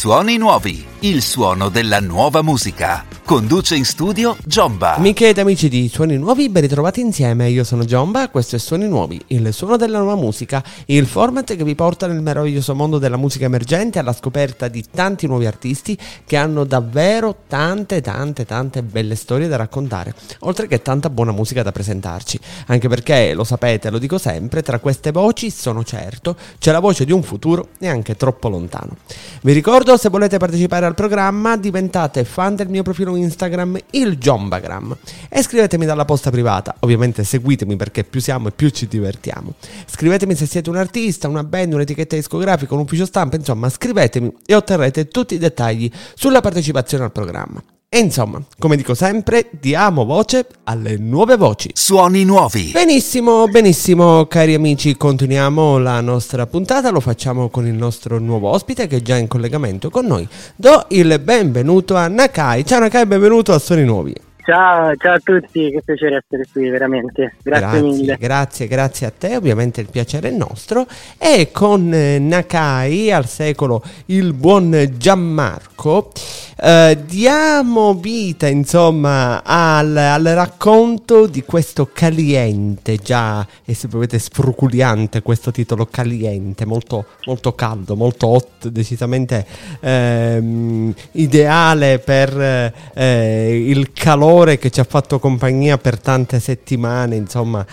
Suoni nuovi, il suono della nuova musica. Conduce in studio Giomba. Amiche ed amici di Suoni Nuovi, ben ritrovati insieme. Io sono Giomba, questo è Suoni Nuovi, il suono della nuova musica, il format che vi porta nel meraviglioso mondo della musica emergente alla scoperta di tanti nuovi artisti che hanno davvero tante belle storie da raccontare, oltre che tanta buona musica da presentarci. Anche perché, lo sapete, lo dico sempre, tra queste voci, sono certo, c'è la voce di un futuro neanche troppo lontano. Vi ricordo, se volete partecipare al programma, diventate fan del mio profilo Instagram, il Giombagram, e scrivetemi dalla posta privata. Ovviamente seguitemi, perché più siamo e più ci divertiamo. Scrivetemi se siete un artista, una band, un'etichetta discografica, un ufficio stampa, insomma scrivetemi e otterrete tutti i dettagli sulla partecipazione al programma. E insomma, come dico sempre, diamo voce alle nuove voci. Suoni nuovi. Benissimo, cari amici, continuiamo la nostra puntata, lo facciamo con il nostro nuovo ospite che è già in collegamento con noi. Do il benvenuto a Nakai. Ciao Nakai, benvenuto a Suoni Nuovi. Ciao a tutti, che piacere essere qui, veramente. Grazie mille. Grazie a te, ovviamente il piacere è nostro. E con Nakai al secolo il buon Gianmarco diamo vita insomma al racconto di questo Caliente, già e se volete sfruculiante questo titolo, Caliente, molto caldo, molto hot, decisamente ideale per il calore che ci ha fatto compagnia per tante settimane, insomma,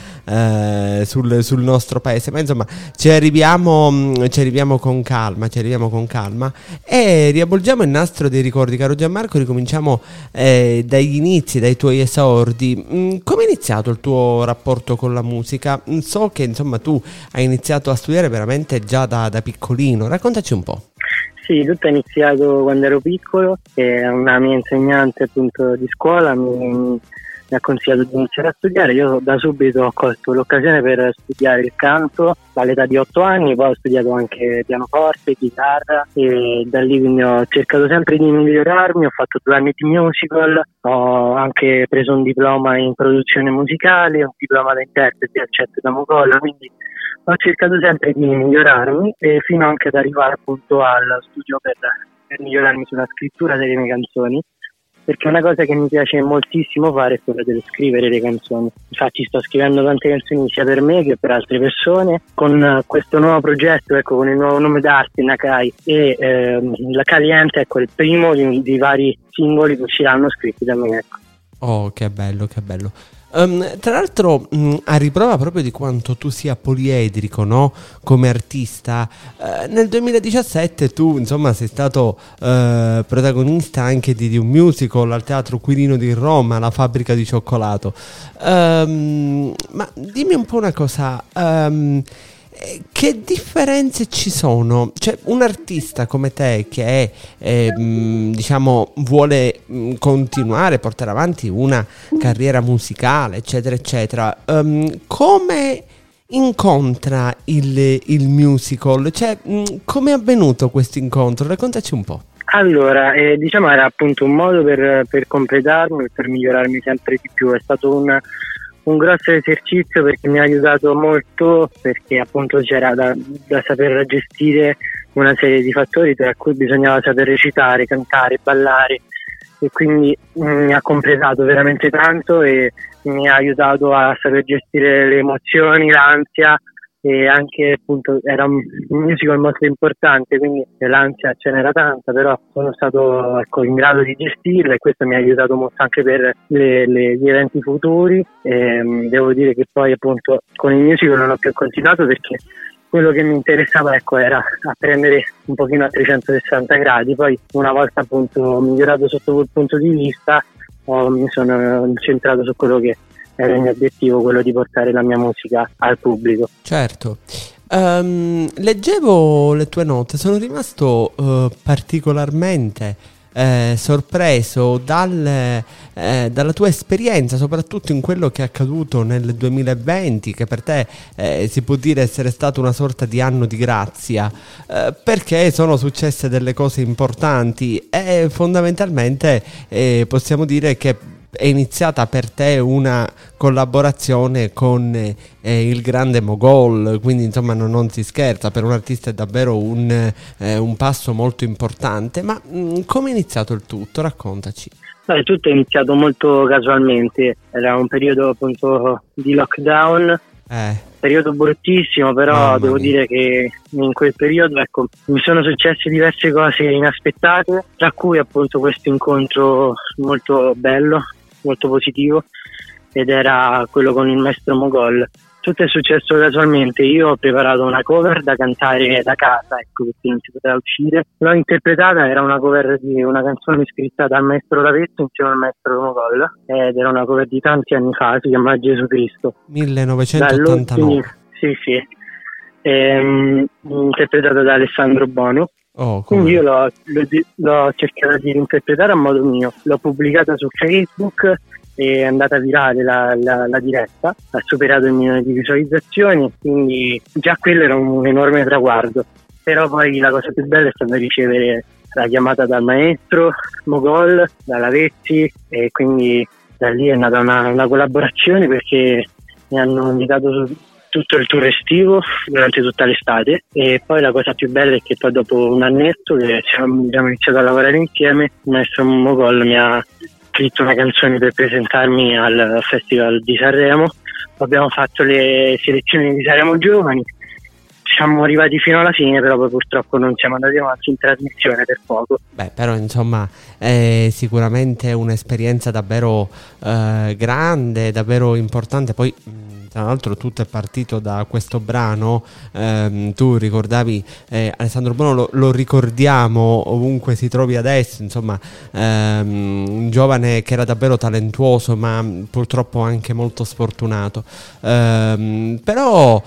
sul nostro paese. Ma insomma ci arriviamo con calma e riavvolgiamo il nastro dei ricordi, caro Gianmarco. Ricominciamo dagli inizi, dai tuoi esordi. Come è iniziato il tuo rapporto con la musica? So che insomma tu hai iniziato a studiare veramente già da piccolino, raccontaci un po'. Sì, tutto è iniziato quando ero piccolo e una mia insegnante appunto di scuola mi ha consigliato di iniziare a studiare. Io da subito ho colto l'occasione per studiare il canto all'età di 8 anni, poi ho studiato anche pianoforte, chitarra e da lì quindi ho cercato sempre di migliorarmi, ho fatto 2 anni di musical, ho anche preso un diploma in produzione musicale, un diploma da interprete al CET da Mocolla, quindi ho cercato sempre di migliorarmi e fino anche ad arrivare appunto al studio per migliorarmi sulla scrittura delle mie canzoni, perché una cosa che mi piace moltissimo fare è quella dello scrivere le canzoni. Infatti sto scrivendo tante canzoni sia per me che per altre persone. Con questo nuovo progetto, ecco, con il nuovo nome d'arte Nakai e la Caliente, ecco, il primo di vari singoli che usciranno scritti da me, ecco. Oh, che bello. Tra l'altro, a riprova proprio di quanto tu sia poliedrico, no? Come artista, nel 2017 tu insomma sei stato protagonista anche di un musical al Teatro Quirino di Roma, La fabbrica di cioccolato. Ma dimmi un po' una cosa, che differenze ci sono? Cioè, un artista come te che diciamo vuole continuare, portare avanti una carriera musicale, eccetera, come incontra il musical? Cioè, come è avvenuto questo incontro? Raccontaci un po'. Allora, diciamo era appunto un modo per completarmi e per migliorarmi sempre di più. È stato un grosso esercizio perché mi ha aiutato molto, perché appunto c'era da saper gestire una serie di fattori tra cui bisognava saper recitare, cantare, ballare, e quindi mi ha completato veramente tanto e mi ha aiutato a saper gestire le emozioni, l'ansia, e anche appunto era un musical molto importante, quindi l'ansia ce n'era tanta, però sono stato in grado di gestirla e questo mi ha aiutato molto anche per gli eventi futuri. Devo dire che poi appunto con il musical non ho più continuato perché quello che mi interessava era apprendere un pochino a 360 gradi. Poi una volta appunto migliorato sotto quel punto di vista mi sono centrato su quello che era il mio obiettivo, quello di portare la mia musica al pubblico. Certo. Leggevo le tue note, sono rimasto particolarmente sorpreso dalla tua esperienza, soprattutto in quello che è accaduto nel 2020, che per te si può dire essere stato una sorta di anno di grazia, perché sono successe delle cose importanti e fondamentalmente possiamo dire che è iniziata per te una collaborazione con il grande Mogol, quindi insomma non si scherza, per un artista è davvero un passo molto importante, ma come è iniziato il tutto? Raccontaci. Tutto è iniziato molto casualmente, era un periodo appunto di lockdown, periodo bruttissimo, però devo dire che in quel periodo mi sono successe diverse cose inaspettate, tra cui appunto questo incontro molto bello, molto positivo, ed era quello con il maestro Mogol. Tutto è successo casualmente. Io ho preparato una cover da cantare da casa, perché non si poteva uscire. L'ho interpretata, era una cover di una canzone scritta dal maestro Ravetto insieme al maestro Mogol, ed era una cover di tanti anni fa, si chiama Gesù Cristo. 1989. Sì. Interpretata da Alessandro Bono. Quindi io l'ho cercata di interpretare a modo mio. L'ho pubblicata su Facebook, è andata virale la diretta, ha superato il milione di visualizzazioni, quindi già quello era un enorme traguardo. Però poi la cosa più bella è stata ricevere la chiamata dal maestro Mogol, da Lavezzi, e quindi da lì è nata una collaborazione, perché mi hanno invitato su tutto il tour estivo durante tutta l'estate, e poi la cosa più bella è che poi dopo un annetto che abbiamo iniziato a lavorare insieme, il maestro Mogol mi ha scritto una canzone per presentarmi al Festival di Sanremo. Abbiamo fatto le selezioni di Sanremo Giovani, siamo arrivati fino alla fine, però poi purtroppo non siamo andati avanti in trasmissione per poco. Però insomma è sicuramente un'esperienza davvero grande, davvero importante. Poi tra l'altro tutto è partito da questo brano, tu ricordavi Alessandro Bono, lo ricordiamo ovunque si trovi adesso, insomma un giovane che era davvero talentuoso, ma purtroppo anche molto sfortunato, però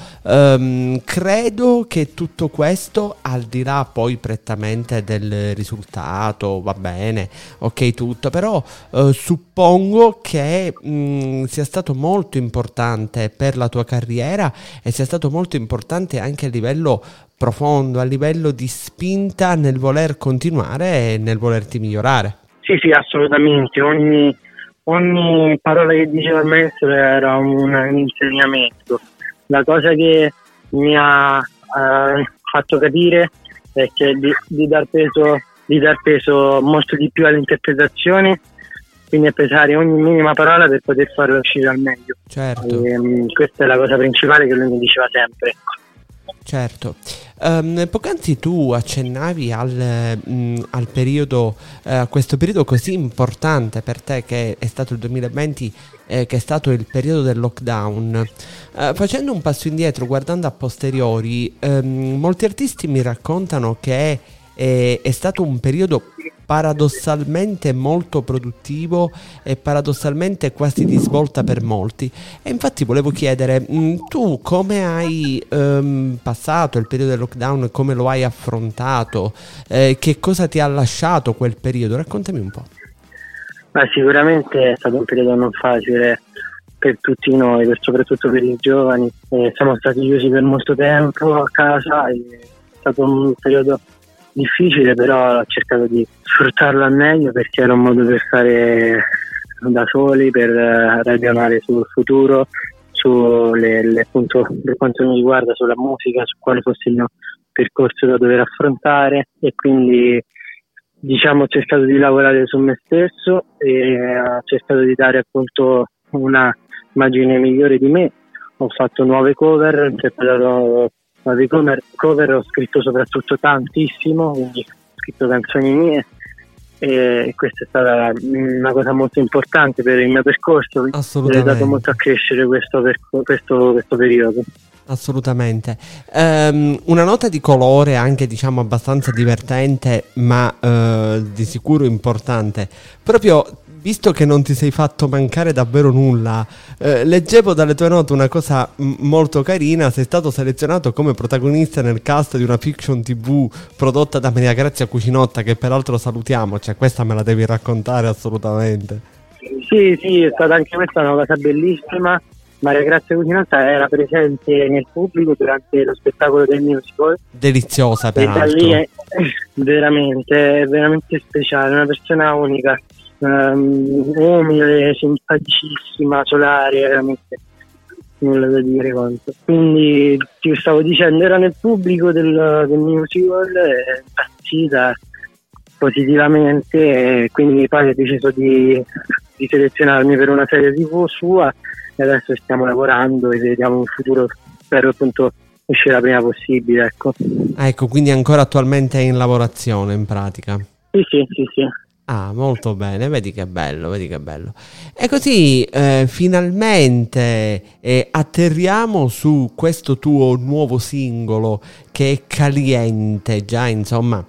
credo che tutto questo, al di là poi prettamente del risultato, va bene, ok tutto, però suppongo che sia stato molto importante per la tua carriera e sia stato molto importante anche a livello profondo, a livello di spinta nel voler continuare e nel volerti migliorare. Sì, assolutamente. Ogni parola che diceva il maestro era un insegnamento. La cosa che mi ha fatto capire è che di dar peso molto di più all'interpretazione, quindi a pesare ogni minima parola per poter farlo uscire al meglio. Certo. Questa è la cosa principale che lui mi diceva sempre. Certo. Poc'anzi tu accennavi al periodo, a questo periodo così importante per te che è stato il 2020, che è stato il periodo del lockdown. Facendo un passo indietro, guardando a posteriori, molti artisti mi raccontano che è stato un periodo paradossalmente molto produttivo e paradossalmente quasi di svolta per molti, e infatti volevo chiedere, tu come hai passato il periodo del lockdown, come lo hai affrontato, che cosa ti ha lasciato quel periodo? Raccontami un po'. Sicuramente è stato un periodo non facile per tutti noi, soprattutto per i giovani. Siamo stati chiusi per molto tempo a casa, è stato un periodo difficile, però ho cercato di sfruttarlo al meglio, perché era un modo per stare da soli, per ragionare sul futuro, appunto, per quanto mi riguarda, sulla musica, su quale fosse il mio percorso da dover affrontare, e quindi ho cercato di lavorare su me stesso e ho cercato di dare appunto una immagine migliore di me. Ho fatto nuove cover, ho interpretato nuove cover, ho scritto soprattutto tantissimo, quindi ho scritto canzoni mie, e questa è stata una cosa molto importante per il mio percorso. Mi ha dato molto a crescere questo periodo. Assolutamente. Una nota di colore anche abbastanza divertente, ma di sicuro importante, proprio visto che non ti sei fatto mancare davvero nulla. Leggevo dalle tue note una cosa molto carina: sei stato selezionato come protagonista nel cast di una fiction TV prodotta da Maria Grazia Cucinotta, che peraltro salutiamo, questa me la devi raccontare assolutamente. Sì, è stata anche questa una cosa bellissima. Maria Grazia Cucinotta era presente nel pubblico durante lo spettacolo del musical. Deliziosa, peraltro. E da lì è veramente speciale, una persona unica. umile, simpaticissima, solare, veramente nulla da dire quanto. Quindi ti stavo dicendo, era nel pubblico del musical, è impazzita positivamente, e quindi poi ho deciso di selezionarmi per una serie TV sua, e adesso stiamo lavorando e vediamo un futuro, spero appunto uscire la prima possibile, ecco. Ecco, quindi ancora attualmente è in lavorazione in pratica. Sì. Ah, molto bene, vedi che bello, vedi che bello. E così finalmente atterriamo su questo tuo nuovo singolo che è Caliente. Già, insomma,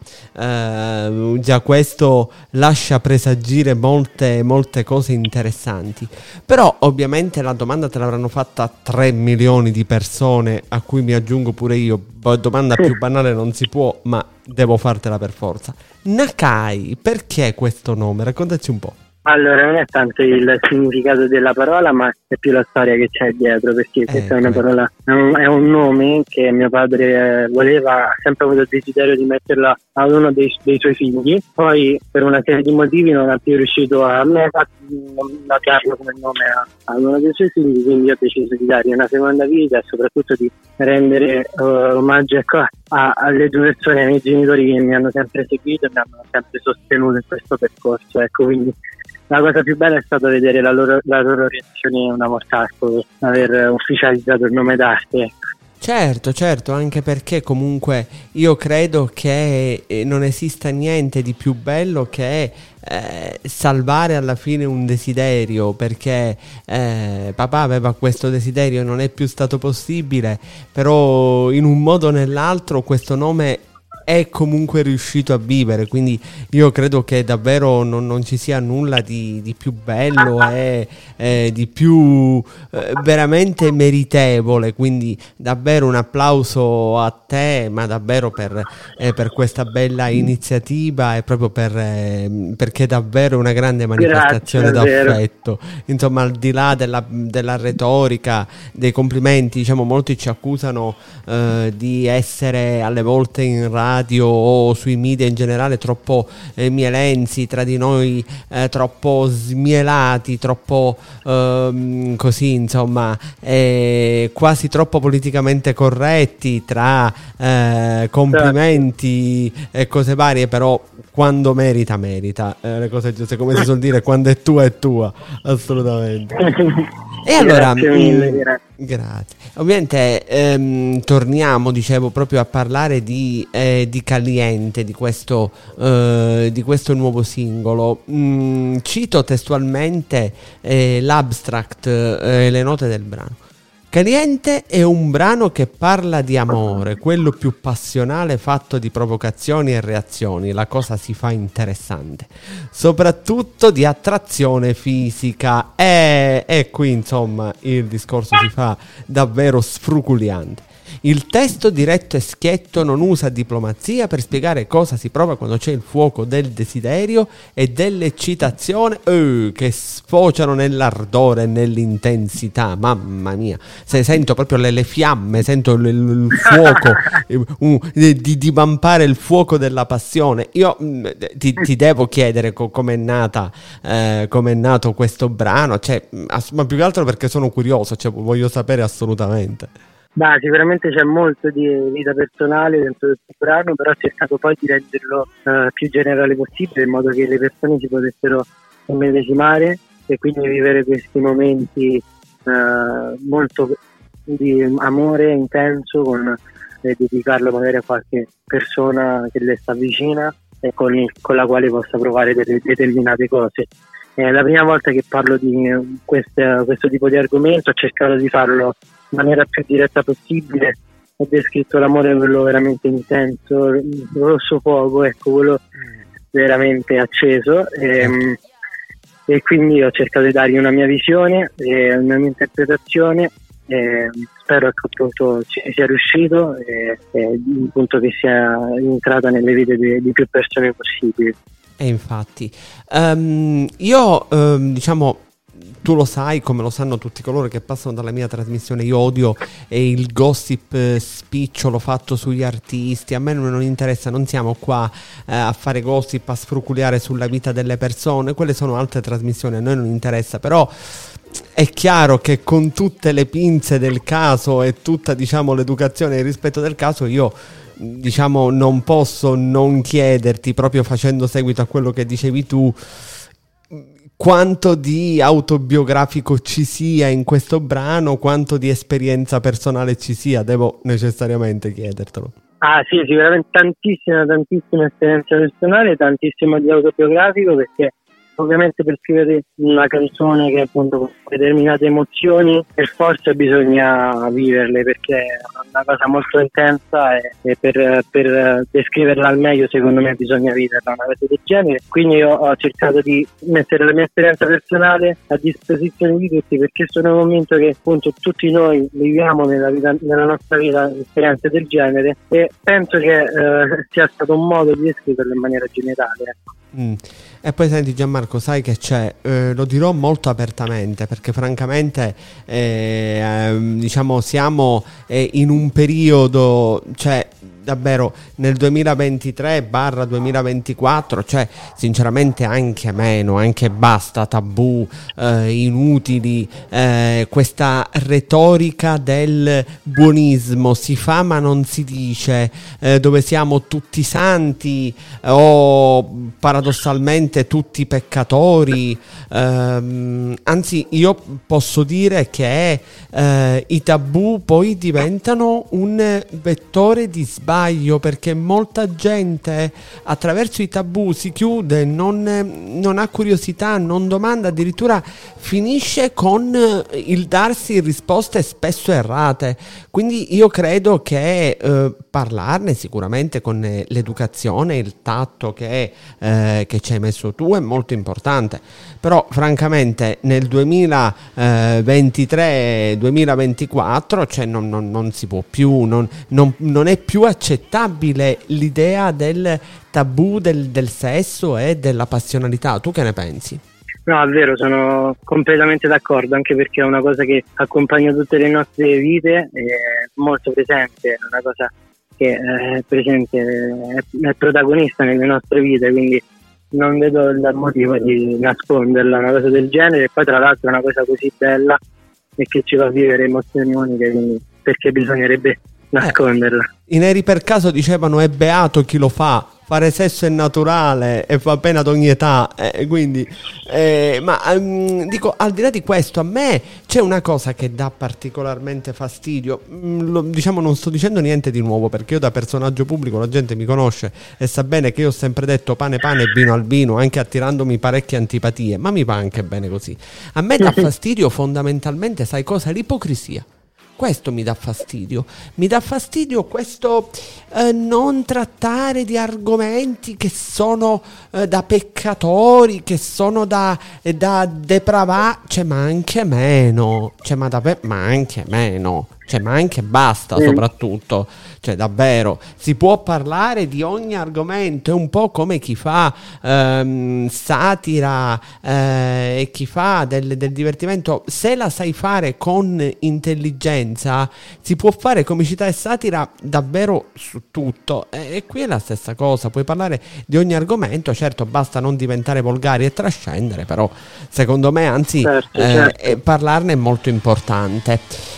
già questo lascia presagire molte cose interessanti. Però ovviamente la domanda te l'avranno fatta 3 milioni di persone, a cui mi aggiungo pure io. Domanda più banale non si può, ma devo fartela per forza. Nakai, perché questo nome? Raccontaci un po'. Allora, non è tanto il significato della parola, ma è più la storia che c'è dietro, perché questa è una parola, è un nome che mio padre voleva, ha sempre avuto il desiderio di metterla ad uno dei suoi figli, poi per una serie di motivi non è più riuscito a darlo come nome ad uno dei suoi figli, quindi ho deciso di dargli una seconda vita e soprattutto di rendere omaggio, ecco, alle due persone, ai miei genitori che mi hanno sempre seguito e mi hanno sempre sostenuto in questo percorso, ecco. Quindi la cosa più bella è stata vedere la loro reazione una volta aver ufficializzato il nome d'arte. Certo, anche perché comunque io credo che non esista niente di più bello che salvare alla fine un desiderio, perché papà aveva questo desiderio, non è più stato possibile, però in un modo o nell'altro questo nome è comunque riuscito a vivere, quindi io credo che davvero non ci sia nulla di più bello e di più veramente meritevole, quindi davvero un applauso a te, ma davvero per questa bella iniziativa e proprio perché è davvero una grande manifestazione d'affetto, insomma, al di là della retorica, dei complimenti, diciamo, molti ci accusano di essere alle volte in radio o sui media in generale troppo mielenzi tra di noi, troppo smielati, troppo così, insomma, quasi troppo politicamente corretti tra complimenti e cose varie, però quando merita le cose giuste, come si suol dire, quando è tua, assolutamente. E allora, grazie mille, grazie. Ovviamente torniamo, dicevo, proprio a parlare di Caliente, di questo nuovo singolo. Cito testualmente l'abstract, le note del brano. Caliente è un brano che parla di amore, quello più passionale, fatto di provocazioni e reazioni. La cosa si fa interessante, soprattutto di attrazione fisica, e qui insomma il discorso si fa davvero sfruculiante. Il testo diretto e schietto non usa diplomazia per spiegare cosa si prova quando c'è il fuoco del desiderio e dell'eccitazione che sfociano nell'ardore e nell'intensità. Mamma mia, se sento proprio le fiamme, sento il fuoco di divampare il fuoco della passione. Io ti devo chiedere com'è nato questo brano, cioè, ma più che altro perché sono curioso, cioè, voglio sapere assolutamente. Beh, sicuramente c'è molto di vita personale dentro questo brano, però ho cercato poi di renderlo più generale possibile, in modo che le persone si potessero immedesimare e quindi vivere questi momenti molto di amore intenso, dedicarlo magari a qualche persona che le sta vicina e con la quale possa provare delle determinate cose. È la prima volta che parlo di questo tipo di argomento, ho cercato di farlo in maniera più diretta possibile, ho descritto l'amore, quello veramente intenso, il rosso fuoco, ecco, quello veramente acceso, e quindi ho cercato di dargli una mia visione, una mia interpretazione, spero che appunto ci sia riuscito e appunto che sia entrata nelle vite di più persone possibili. E infatti io diciamo tu lo sai, come lo sanno tutti coloro che passano dalla mia trasmissione. Io odio il gossip spicciolo fatto sugli artisti. A me non interessa, non siamo qua a fare gossip, a sfruculiare sulla vita delle persone. Quelle sono altre trasmissioni, a noi non interessa. Però è chiaro che con tutte le pinze del caso e tutta, diciamo, l'educazione e il rispetto del caso, io, diciamo, non posso non chiederti, proprio facendo seguito a quello che dicevi tu, quanto di autobiografico ci sia in questo brano, quanto di esperienza personale ci sia. Devo necessariamente chiedertelo. Ah sì, sicuramente tantissima esperienza personale, tantissimo di autobiografico, perché ovviamente per scrivere una canzone che appunto con determinate emozioni per forza bisogna viverle, perché è una cosa molto intensa e per descriverla al meglio secondo me bisogna viverla, una cosa del genere. Quindi io ho cercato di mettere la mia esperienza personale a disposizione di tutti, perché sono convinto che appunto tutti noi viviamo nella nostra vita esperienze del genere, e penso che sia stato un modo di descriverlo in maniera generale, ecco. E poi senti Gianmarco, sai che c'è, lo dirò molto apertamente, perché francamente diciamo siamo in un periodo, cioè davvero nel 2023/2024, cioè sinceramente anche meno, anche basta tabù inutili, questa retorica del buonismo, si fa ma non si dice, dove siamo tutti santi o paradossalmente tutti peccatori. Anzi, io posso dire che i tabù poi diventano un vettore di sbaglio, perché molta gente attraverso i tabù si chiude, non ha curiosità, non domanda, addirittura finisce con il darsi risposte spesso errate. Quindi io credo che parlarne sicuramente con l'educazione, il tatto che ci hai messo tu è molto importante. Però francamente nel 2023-2024 cioè non si può più, non è più accettabile l'idea del tabù del sesso e della passionalità. Tu che ne pensi? No, è vero, sono completamente d'accordo, anche perché è una cosa che accompagna tutte le nostre vite, è molto presente, è una cosa che è presente, è protagonista nelle nostre vite, quindi non vedo il motivo di nasconderla, una cosa del genere. E poi tra l'altro è una cosa così bella e che ci fa vivere emozioni uniche, quindi perché bisognerebbe nasconderla? I neri per caso dicevano è beato chi lo fa, fare sesso è naturale e fa bene ad ogni età, quindi dico, al di là di questo, a me c'è una cosa che dà particolarmente fastidio. Diciamo, non sto dicendo niente di nuovo, perché io da personaggio pubblico la gente mi conosce e sa bene che io ho sempre detto pane pane e vino al vino, anche attirandomi parecchie antipatie, ma mi va anche bene così. A me dà fastidio fondamentalmente, sai cosa? L'ipocrisia. Questo mi dà fastidio questo non trattare di argomenti che sono da peccatori, che sono da depravati, ma anche meno, ma anche basta, soprattutto, cioè davvero si può parlare di ogni argomento. È un po' come chi fa satira e chi fa del divertimento. Se la sai fare con intelligenza si può fare comicità e satira davvero su tutto, e qui è la stessa cosa, puoi parlare di ogni argomento, certo basta non diventare volgari e trascendere, però secondo me anzi certo. Parlarne è molto importante.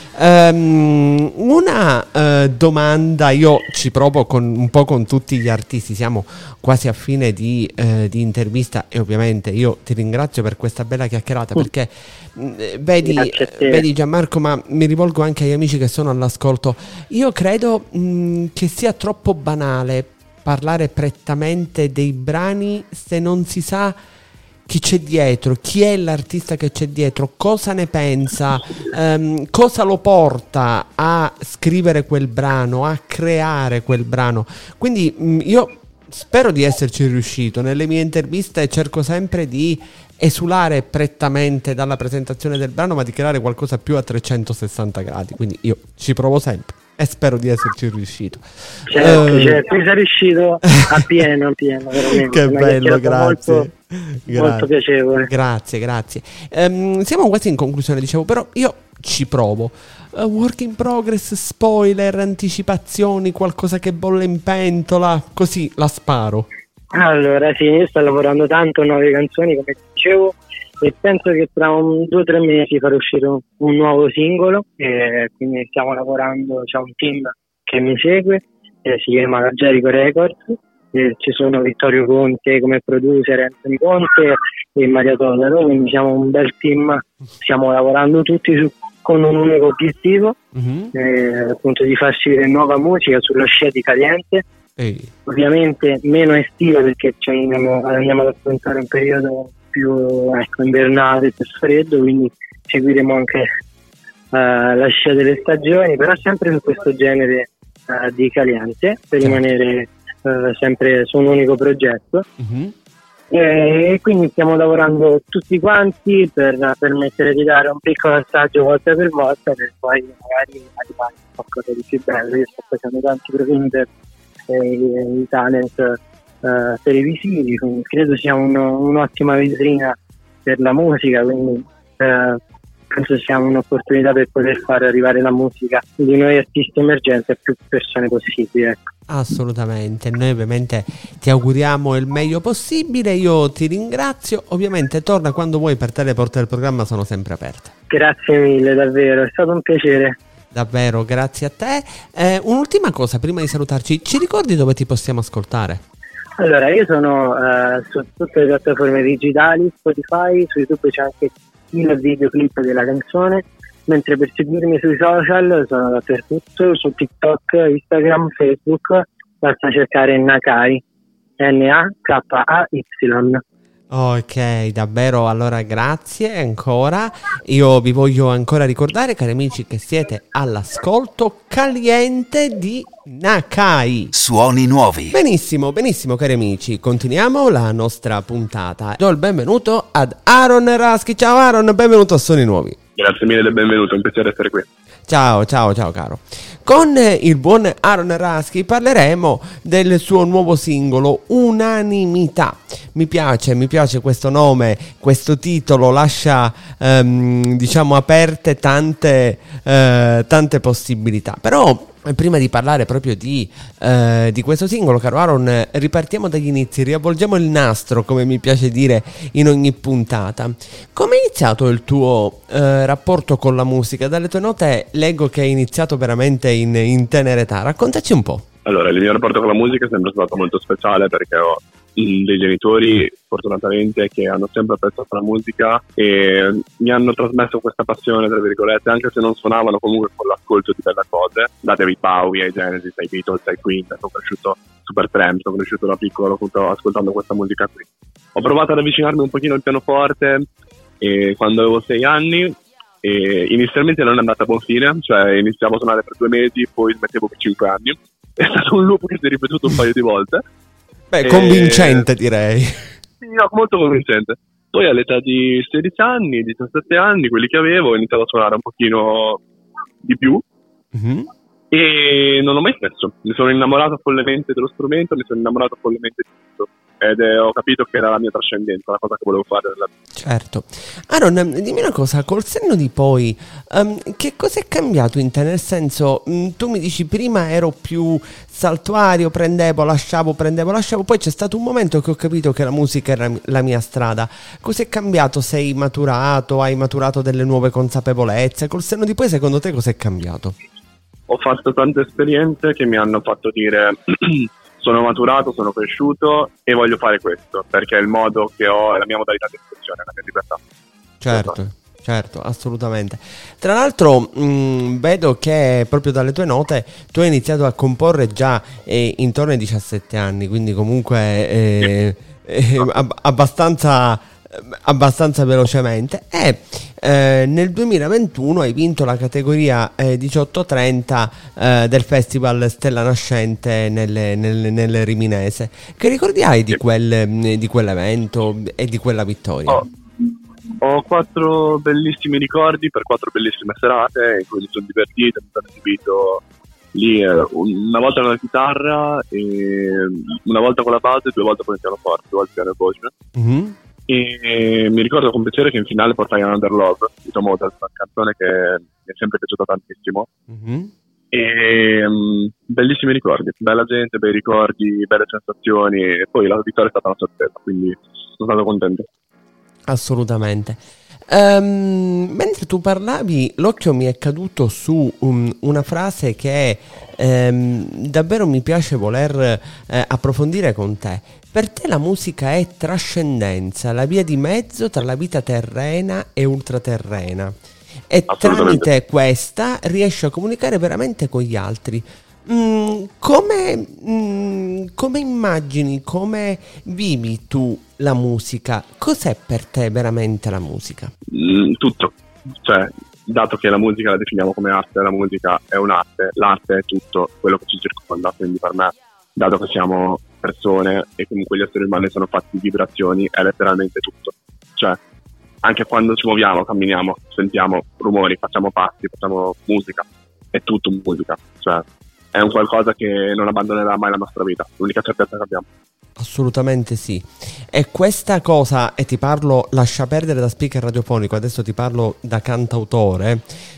Una domanda, io ci provo un po' con tutti gli artisti, siamo quasi a fine di intervista, e ovviamente io ti ringrazio per questa bella chiacchierata, perché vedi Gianmarco, ma mi rivolgo anche agli amici che sono all'ascolto, io credo che sia troppo banale parlare prettamente dei brani se non si sa chi c'è dietro, chi è l'artista che c'è dietro, cosa ne pensa, cosa lo porta a scrivere quel brano, a creare quel brano. Quindi io spero di esserci riuscito. Nelle mie interviste cerco sempre di esulare prettamente dalla presentazione del brano, ma di creare qualcosa più a 360 gradi, quindi io ci provo sempre. E spero di esserci riuscito. Certo, ci sei riuscito a pieno, veramente. Che bello, grazie. Molto piacevole. Grazie. Siamo quasi in conclusione, dicevo, però io ci provo. Work in progress, spoiler, anticipazioni, qualcosa che bolle in pentola, così la sparo. Allora sì, io sto lavorando tanto a nuove canzoni, come dicevo, e penso che tra 2 o 3 mesi farò uscire un nuovo singolo, e quindi stiamo lavorando, c'è un team che mi segue, si chiama la Jericho Records, e ci sono Vittorio Conte come producer, Anthony Conte e Maria Todaro, quindi siamo un bel team, stiamo lavorando tutti con un unico obiettivo, appunto di far uscire nuova musica sulla scia di Caliente. Ovviamente meno estiva, perché andiamo ad affrontare un periodo più invernale, più freddo, quindi seguiremo anche la scia delle stagioni, però sempre su questo genere di Caliente, per rimanere sempre su un unico progetto. E quindi stiamo lavorando tutti quanti per permettere di dare un piccolo assaggio volta per volta, per poi magari arrivare a qualcosa di più bello. Io sto facendo tanti profili per i talent televisivi, quindi credo sia un'ottima vetrina per la musica, quindi penso sia un'opportunità per poter far arrivare la musica di noi artisti emergenti a più persone possibili, ecco. Assolutamente, noi ovviamente ti auguriamo il meglio possibile, io ti ringrazio, ovviamente torna quando vuoi, per te le porte del programma sono sempre aperte. Grazie mille, davvero, è stato un piacere. Davvero, grazie a te. Un'ultima cosa prima di salutarci, ci ricordi dove ti possiamo ascoltare? Allora, io sono su tutte le piattaforme digitali, Spotify, su YouTube c'è anche il videoclip della canzone, mentre per seguirmi sui social sono dappertutto, su TikTok, Instagram, Facebook, basta cercare Nakai, Nakai. Ok, davvero, allora grazie ancora. Io vi voglio ancora ricordare, cari amici, che siete all'ascolto Caliente di Nakai. Suoni nuovi. Benissimo, cari amici, continuiamo la nostra puntata. Do il benvenuto ad Aaron Raschi. Ciao Aaron, benvenuto a Suoni Nuovi. Grazie mille del benvenuto, è un piacere essere qui. Ciao caro. Con il buon Aaron Raschi parleremo del suo nuovo singolo Unanimità. Mi piace questo nome, questo titolo lascia aperte tante possibilità. Però prima di parlare proprio di questo singolo, caro Aaron, ripartiamo dagli inizi, riavvolgiamo il nastro, come mi piace dire in ogni puntata. Come è iniziato il tuo rapporto con la musica? Dalle tue note leggo che hai iniziato veramente in tenera età, raccontaci un po'. Allora, il mio rapporto con la musica è sempre stato molto speciale, perché ho dei genitori fortunatamente che hanno sempre apprezzato la musica e mi hanno trasmesso questa passione, tra virgolette, anche se non suonavano, comunque con l'ascolto di belle cose, da David Bowie ai Genesis, ai Beatles, ai Queen. Sono cresciuto super tramp, sono cresciuto da piccolo ascoltando questa musica qui. Ho provato ad avvicinarmi un pochino al pianoforte quando avevo 6 anni, e inizialmente non è andata a buon fine, cioè iniziavo a suonare per 2 mesi, poi smettevo per 5 anni. È stato un loop che si è ripetuto un paio di volte. Beh, convincente direi. Sì, no, molto convincente. Poi all'età di 16 anni, 17 anni, quelli che avevo, ho iniziato a suonare un pochino di più. E non ho mai smesso. Mi sono innamorato follemente dello strumento, mi sono innamorato follemente di tutto. Ed ho capito che era la mia trascendenza, la cosa che volevo fare nella vita. Certo. Aaron, dimmi una cosa, col senno di poi, che cosa è cambiato in te? Nel senso, tu mi dici prima ero più saltuario, prendevo, lasciavo, poi c'è stato un momento che ho capito che la musica era la mia strada. Cos'è cambiato? Sei maturato? Hai maturato delle nuove consapevolezze? Col senno di poi, secondo te, cos'è cambiato? Ho fatto tante esperienze che mi hanno fatto dire sono maturato, sono cresciuto e voglio fare questo, perché è il modo che ho, è la mia modalità di espressione, la mia libertà. Certo, assolutamente. Tra l'altro vedo che proprio dalle tue note tu hai iniziato a comporre già intorno ai 17 anni, quindi comunque abbastanza velocemente. Nel 2021 hai vinto la categoria 18-30 del Festival Stella Nascente nel Riminese. Che ricordi hai di quell'evento e di quella vittoria? Ho 4 bellissimi ricordi per 4 bellissime serate in cui mi sono divertito, mi sono esibito lì una volta con la chitarra, e una volta con la base, 2 volte con il pianoforte, 2 volte piano e voce. Mm-hmm. E mi ricordo con piacere che in finale portai Another Love di Tom Odell, una canzone che mi è sempre piaciuta tantissimo. Mm-hmm. E bellissimi ricordi, bella gente, bei ricordi, belle sensazioni, e poi la vittoria è stata una sorpresa, quindi sono stato contento. Assolutamente. Mentre tu parlavi, l'occhio mi è caduto su una frase che davvero mi piace voler approfondire con te. Per te la musica è trascendenza, la via di mezzo tra la vita terrena e ultraterrena, e tramite questa riesci a comunicare veramente con gli altri. Come immagini, come vivi tu la musica? Cos'è per te veramente la musica? Tutto, cioè, dato che la musica la definiamo come arte, la musica è un'arte, l'arte è tutto quello che ci circonda, quindi per me, dato che siamo persone e comunque gli esseri umani sono fatti di vibrazioni, è letteralmente tutto. Cioè, anche quando ci muoviamo, camminiamo, sentiamo rumori, facciamo passi, facciamo musica, è tutto musica, cioè è un qualcosa che non abbandonerà mai la nostra vita, l'unica certezza che abbiamo. Assolutamente sì. E questa cosa, e ti parlo, lascia perdere da speaker radiofonico, adesso ti parlo da cantautore,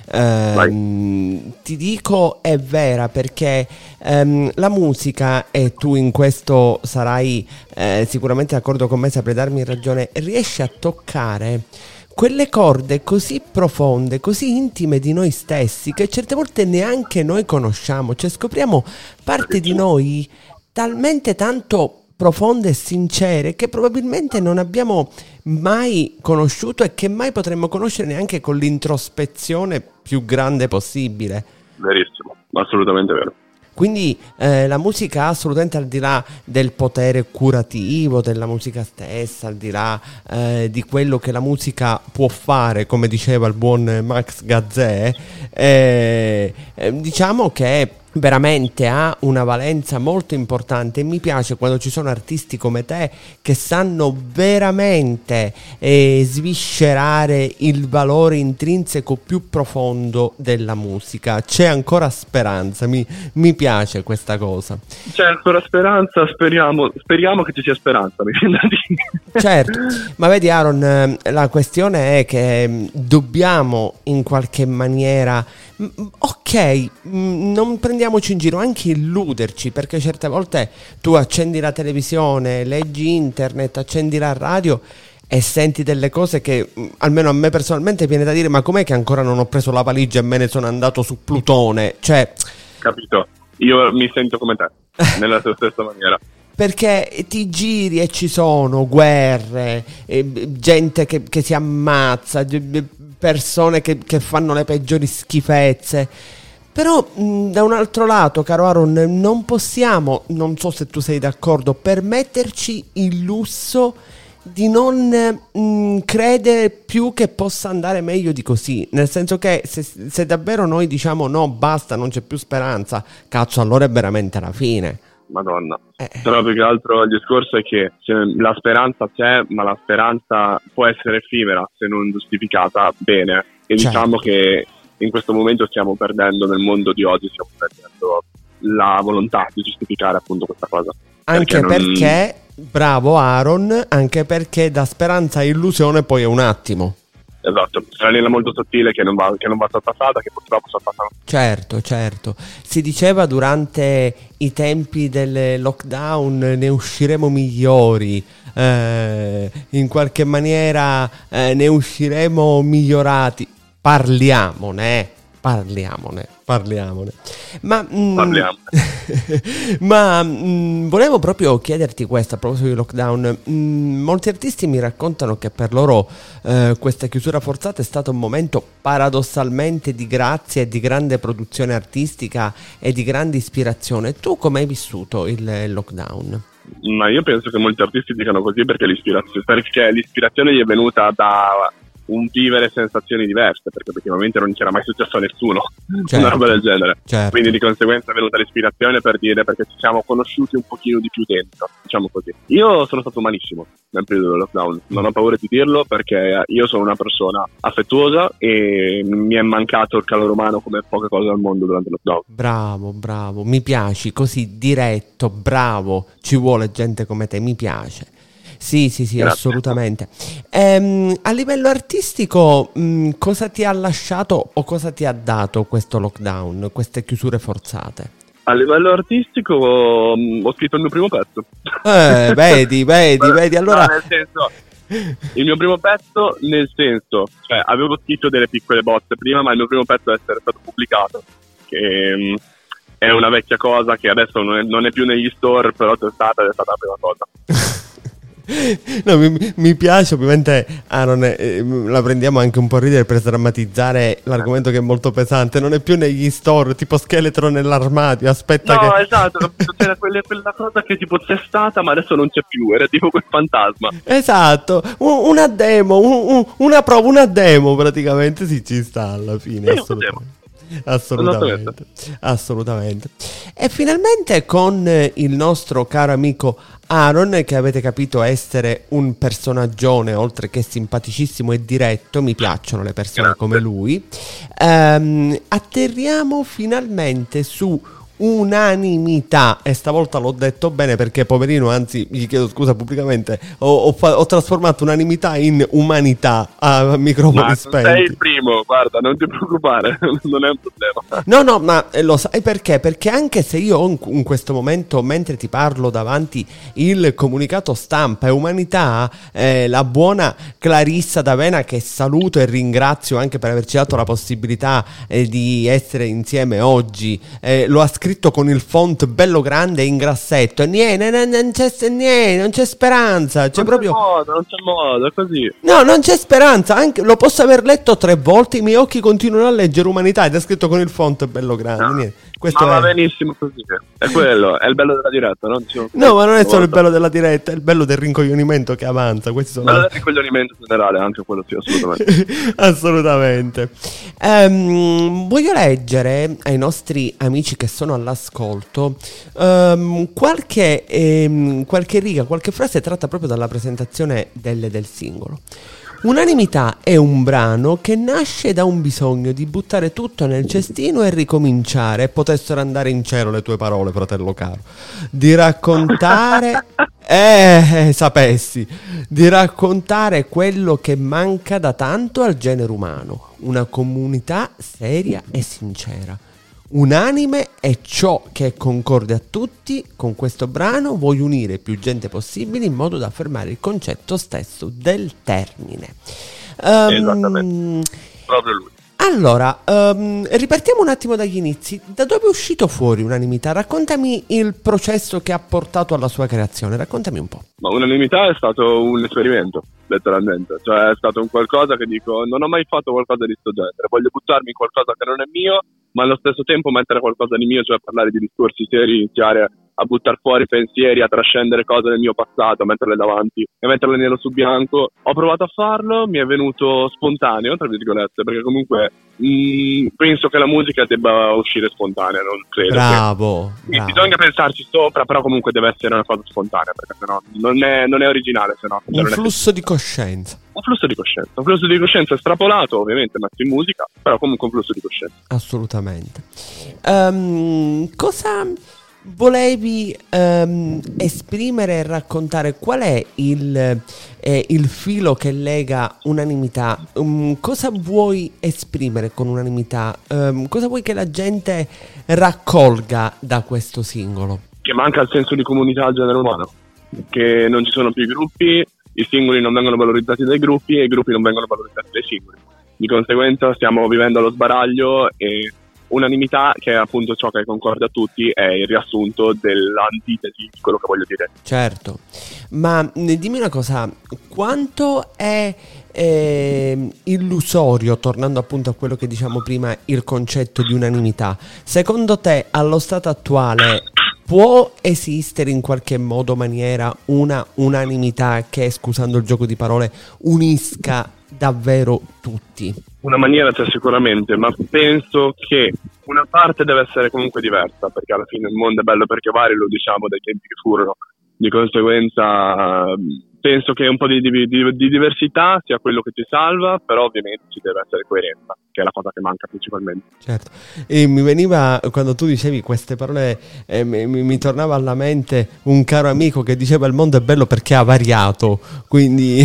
ti dico è vera, perché la musica, e tu in questo sarai sicuramente d'accordo con me, saprai darmi ragione, riesce a toccare quelle corde così profonde, così intime di noi stessi, che certe volte neanche noi conosciamo, cioè scopriamo parti di noi talmente tanto profonde e sincere che probabilmente non abbiamo mai conosciuto e che mai potremmo conoscere neanche con l'introspezione più grande possibile. Verissimo, assolutamente vero. Quindi la musica, assolutamente, al di là del potere curativo della musica stessa, al di là di quello che la musica può fare, come diceva il buon Max Gazzè, diciamo che veramente ha una valenza molto importante, e mi piace quando ci sono artisti come te che sanno veramente sviscerare il valore intrinseco più profondo della musica. C'è ancora speranza, mi piace questa cosa. C'è ancora speranza, speriamo che ci sia speranza, mi viene da dire. Certo, ma vedi Aaron, la questione è che dobbiamo in qualche maniera, ok, non prendiamoci in giro, anche illuderci, perché certe volte tu accendi la televisione, leggi internet, accendi la radio e senti delle cose che almeno a me personalmente viene da dire: ma com'è che ancora non ho preso la valigia e me ne sono andato su Plutone? Cioè, capito, io mi sento come te, nella stessa maniera. Perché ti giri e ci sono guerre, gente che si ammazza, persone che fanno le peggiori schifezze. Però da un altro lato, caro Aaron, non possiamo, non so se tu sei d'accordo, permetterci il lusso di non credere più che possa andare meglio di così. Nel senso che se davvero noi diciamo no, basta, non c'è più speranza, cazzo, allora è veramente la fine. Madonna. Però più che altro il discorso è che la speranza c'è, ma la speranza può essere effimera se non giustificata bene, e diciamo che in questo momento stiamo perdendo, nel mondo di oggi stiamo perdendo la volontà di giustificare appunto questa cosa. Anche perché bravo Aaron, anche perché da speranza a illusione poi è un attimo. Esatto, è una linea molto sottile che non va sorpassata, che purtroppo sorpassano. Certo. Si diceva durante i tempi del lockdown ne usciremo migliori, in qualche maniera ne usciremo migliorati. Parliamone. Ma volevo proprio chiederti questo a proposito di lockdown. Molti artisti mi raccontano che per loro questa chiusura forzata è stato un momento paradossalmente di grazia e di grande produzione artistica e di grande ispirazione. Tu come hai vissuto il lockdown? Ma io penso che molti artisti dicano così perché l'ispirazione gli è venuta un vivere sensazioni diverse, perché effettivamente non c'era mai successo a nessuno certo, una roba del genere, certo. Quindi di conseguenza è venuta l'ispirazione per dire, perché ci siamo conosciuti un pochino di più dentro, diciamo così. Io sono stato malissimo nel periodo del lockdown, non ho paura di dirlo, perché io sono una persona affettuosa e mi è mancato il calore umano come poche cose al mondo durante il lockdown. Bravo, mi piaci, così diretto, bravo, ci vuole gente come te, mi piace. Sì, grazie. Assolutamente. A livello artistico, cosa ti ha lasciato o cosa ti ha dato questo lockdown, queste chiusure forzate? A livello artistico ho scritto il mio primo pezzo. Vedi, allora... No, nel senso, il mio primo pezzo, nel senso, cioè avevo scritto delle piccole bozze prima, ma il mio primo pezzo è stato pubblicato, che è una vecchia cosa che adesso non è più negli store, però è stata la prima cosa. No, mi piace, ovviamente la prendiamo anche un po' a ridere per drammatizzare l'argomento che è molto pesante. Non è più negli store, tipo scheletro nell'armadio, aspetta. No, esatto, c'era quella cosa che tipo c'è stata ma adesso non c'è più, era tipo quel fantasma. Esatto, una demo, una prova, una demo praticamente, sì, ci sta alla fine, assolutamente. E finalmente con il nostro caro amico Aaron, che avete capito essere un personaggione oltre che simpaticissimo e diretto, mi piacciono le persone come lui, atterriamo finalmente su unanimità, e stavolta l'ho detto bene perché poverino, anzi gli chiedo scusa pubblicamente, ho trasformato unanimità in umanità a microfoni spenti. Sei il primo, guarda, non ti preoccupare, non è un problema. No, ma lo sai perché? Perché anche se io ho in questo momento, mentre ti parlo davanti, il comunicato stampa e umanità, la buona Clarissa D'Avena, che saluto e ringrazio anche per averci dato la possibilità di essere insieme oggi, lo ha scritto con il font bello grande in grassetto, non c'è speranza, c'è proprio non c'è modo, è così. No, non c'è speranza, anche lo posso aver letto 3 volte, i miei occhi continuano a leggere umanità ed è scritto con il font bello grande. Questo va benissimo così, è quello, è il bello della diretta, no? No, ma non è solo il bello della diretta, è il bello del rincoglionimento che avanza. Questi sono bello del rincoglionimento generale, anche quello sì, assolutamente. Voglio leggere ai nostri amici che sono all'ascolto qualche riga, qualche frase tratta proprio dalla presentazione del singolo. Unanimità è un brano che nasce da un bisogno di buttare tutto nel cestino e ricominciare. Potessero andare in cielo le tue parole, fratello caro. Di raccontare sapessi, di raccontare quello che manca da tanto al genere umano. Una comunità seria e sincera. Unanime è ciò che è concorde a tutti. Con questo brano vuoi unire più gente possibile in modo da affermare il concetto stesso del termine. Esattamente, proprio lui. Allora, ripartiamo un attimo dagli inizi. Da dove è uscito fuori Unanimità? Raccontami il processo che ha portato alla sua creazione, raccontami un po'. Ma Unanimità è stato un esperimento, letteralmente, cioè è stato un qualcosa che dico, non ho mai fatto qualcosa di questo genere, voglio buttarmi in qualcosa che non è mio, ma allo stesso tempo mettere qualcosa di mio, cioè parlare di discorsi seri, iniziare a buttare fuori pensieri, a trascendere cose del mio passato, a metterle davanti e metterle nero su bianco. Ho provato a farlo, mi è venuto spontaneo, tra virgolette, perché comunque penso che la musica debba uscire spontanea, non credo. Bravo. Bisogna pensarci sopra, però comunque deve essere una cosa spontanea, perché sennò non è originale, sennò. Un flusso di coscienza. Un flusso di coscienza estrapolato, ovviamente messo in musica, però comunque un flusso di coscienza. Assolutamente. Cosa volevi esprimere e raccontare? Qual è il filo che lega Unanimità? Cosa vuoi esprimere con Unanimità? Cosa vuoi che la gente raccolga da questo singolo? Che manca il senso di comunità al genere umano, che non ci sono più i gruppi, i singoli non vengono valorizzati dai gruppi e i gruppi non vengono valorizzati dai singoli. Di conseguenza stiamo vivendo allo sbaraglio e Unanimità, che è appunto ciò che concorda a tutti, è il riassunto dell'antitesi di quello che voglio dire. Certo, ma dimmi una cosa, quanto è illusorio, tornando appunto a quello che diciamo prima, il concetto di unanimità? Secondo te, allo stato attuale, può esistere in qualche modo, maniera, una unanimità che, scusando il gioco di parole, unisca davvero tutti? Una maniera c'è sicuramente, ma penso che una parte deve essere comunque diversa, perché alla fine il mondo è bello perché vario, lo diciamo dai tempi che furono. Di conseguenza penso che un po' di diversità sia quello che ti salva, però ovviamente ci deve essere coerenza, che è la cosa che manca principalmente. Certo, e mi veniva, quando tu dicevi queste parole, mi tornava alla mente un caro amico che diceva il mondo è bello perché ha variato, quindi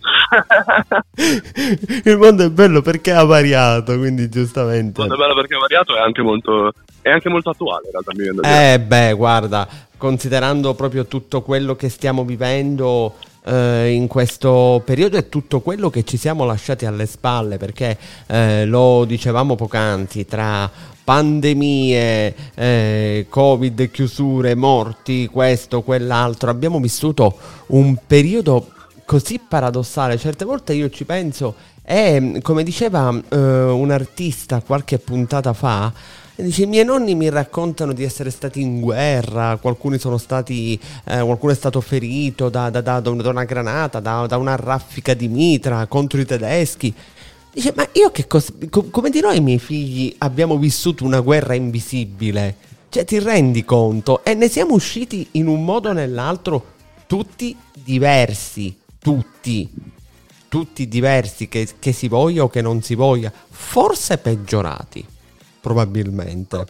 il mondo è bello perché ha variato, quindi giustamente. Il mondo è bello perché ha variato, è anche molto attuale in realtà, mi viene da dire. Guarda, considerando proprio tutto quello che stiamo vivendo in questo periodo e tutto quello che ci siamo lasciati alle spalle, perché lo dicevamo poc'anzi, tra pandemie, covid, chiusure, morti, questo, quell'altro, abbiamo vissuto un periodo così paradossale. Certe volte io ci penso e, come diceva un artista qualche puntata fa, dice: i miei nonni mi raccontano di essere stati in guerra, qualcuno è stato ferito da una granata, da una raffica di mitra contro i tedeschi. Dice: ma io come dirò ai miei figli abbiamo vissuto una guerra invisibile? Cioè, ti rendi conto? E ne siamo usciti in un modo o nell'altro tutti diversi, tutti diversi, che si voglia o che non si voglia, forse peggiorati. Probabilmente.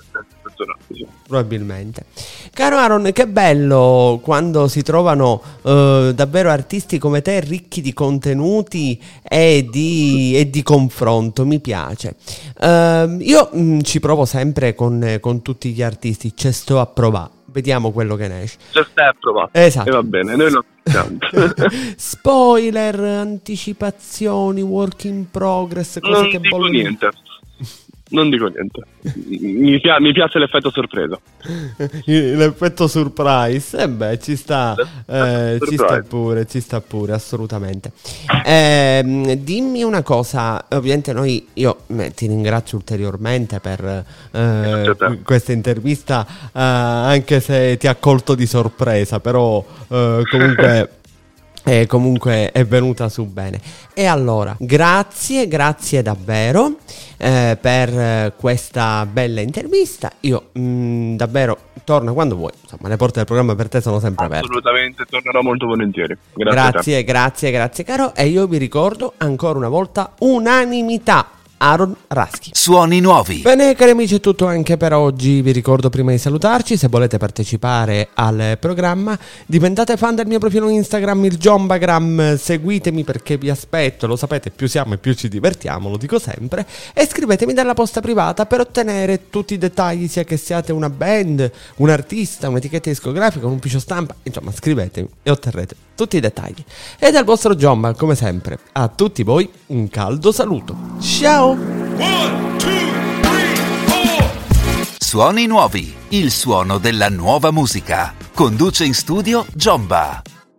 Caro Aaron, che bello quando si trovano davvero artisti come te, ricchi di contenuti e di confronto. Mi piace. Io ci provo sempre con tutti gli artisti, ci sto a provare. Vediamo quello che ne esce. Ci stai a provare. Esatto. E va bene, noi lo facciamo. Spoiler, anticipazioni, work in progress, cose non che dico vogliono. niente. Non dico niente. Mi piace l'effetto sorpresa. L'effetto surprise. Ci sta. Ci sta pure, assolutamente. Dimmi una cosa. Ovviamente io ti ringrazio ulteriormente per questa intervista, anche se ti ha colto di sorpresa, però comunque è venuta su bene. E allora, grazie davvero per questa bella intervista. Io davvero torno quando vuoi. Insomma, le porte del programma per te sono sempre aperte. Assolutamente, tornerò molto volentieri. Grazie caro. E io vi ricordo ancora una volta: unanimità. Aaron Raschi. Suoni nuovi. Bene cari amici, è tutto anche per oggi. Vi ricordo prima di salutarci, se volete partecipare al programma diventate fan del mio profilo Instagram, il Jombagram, seguitemi perché vi aspetto, lo sapete, più siamo e più ci divertiamo, lo dico sempre, e scrivetemi dalla posta privata per ottenere tutti i dettagli, sia che siate una band, un artista, un'etichetta discografica, un ufficio stampa, insomma scrivetemi e otterrete tutti i dettagli. E dal vostro Jomba, come sempre, a tutti voi un caldo saluto. Ciao! 1, 2, 3, 4. Suoni nuovi, il suono della nuova musica. Conduce in studio Jomba.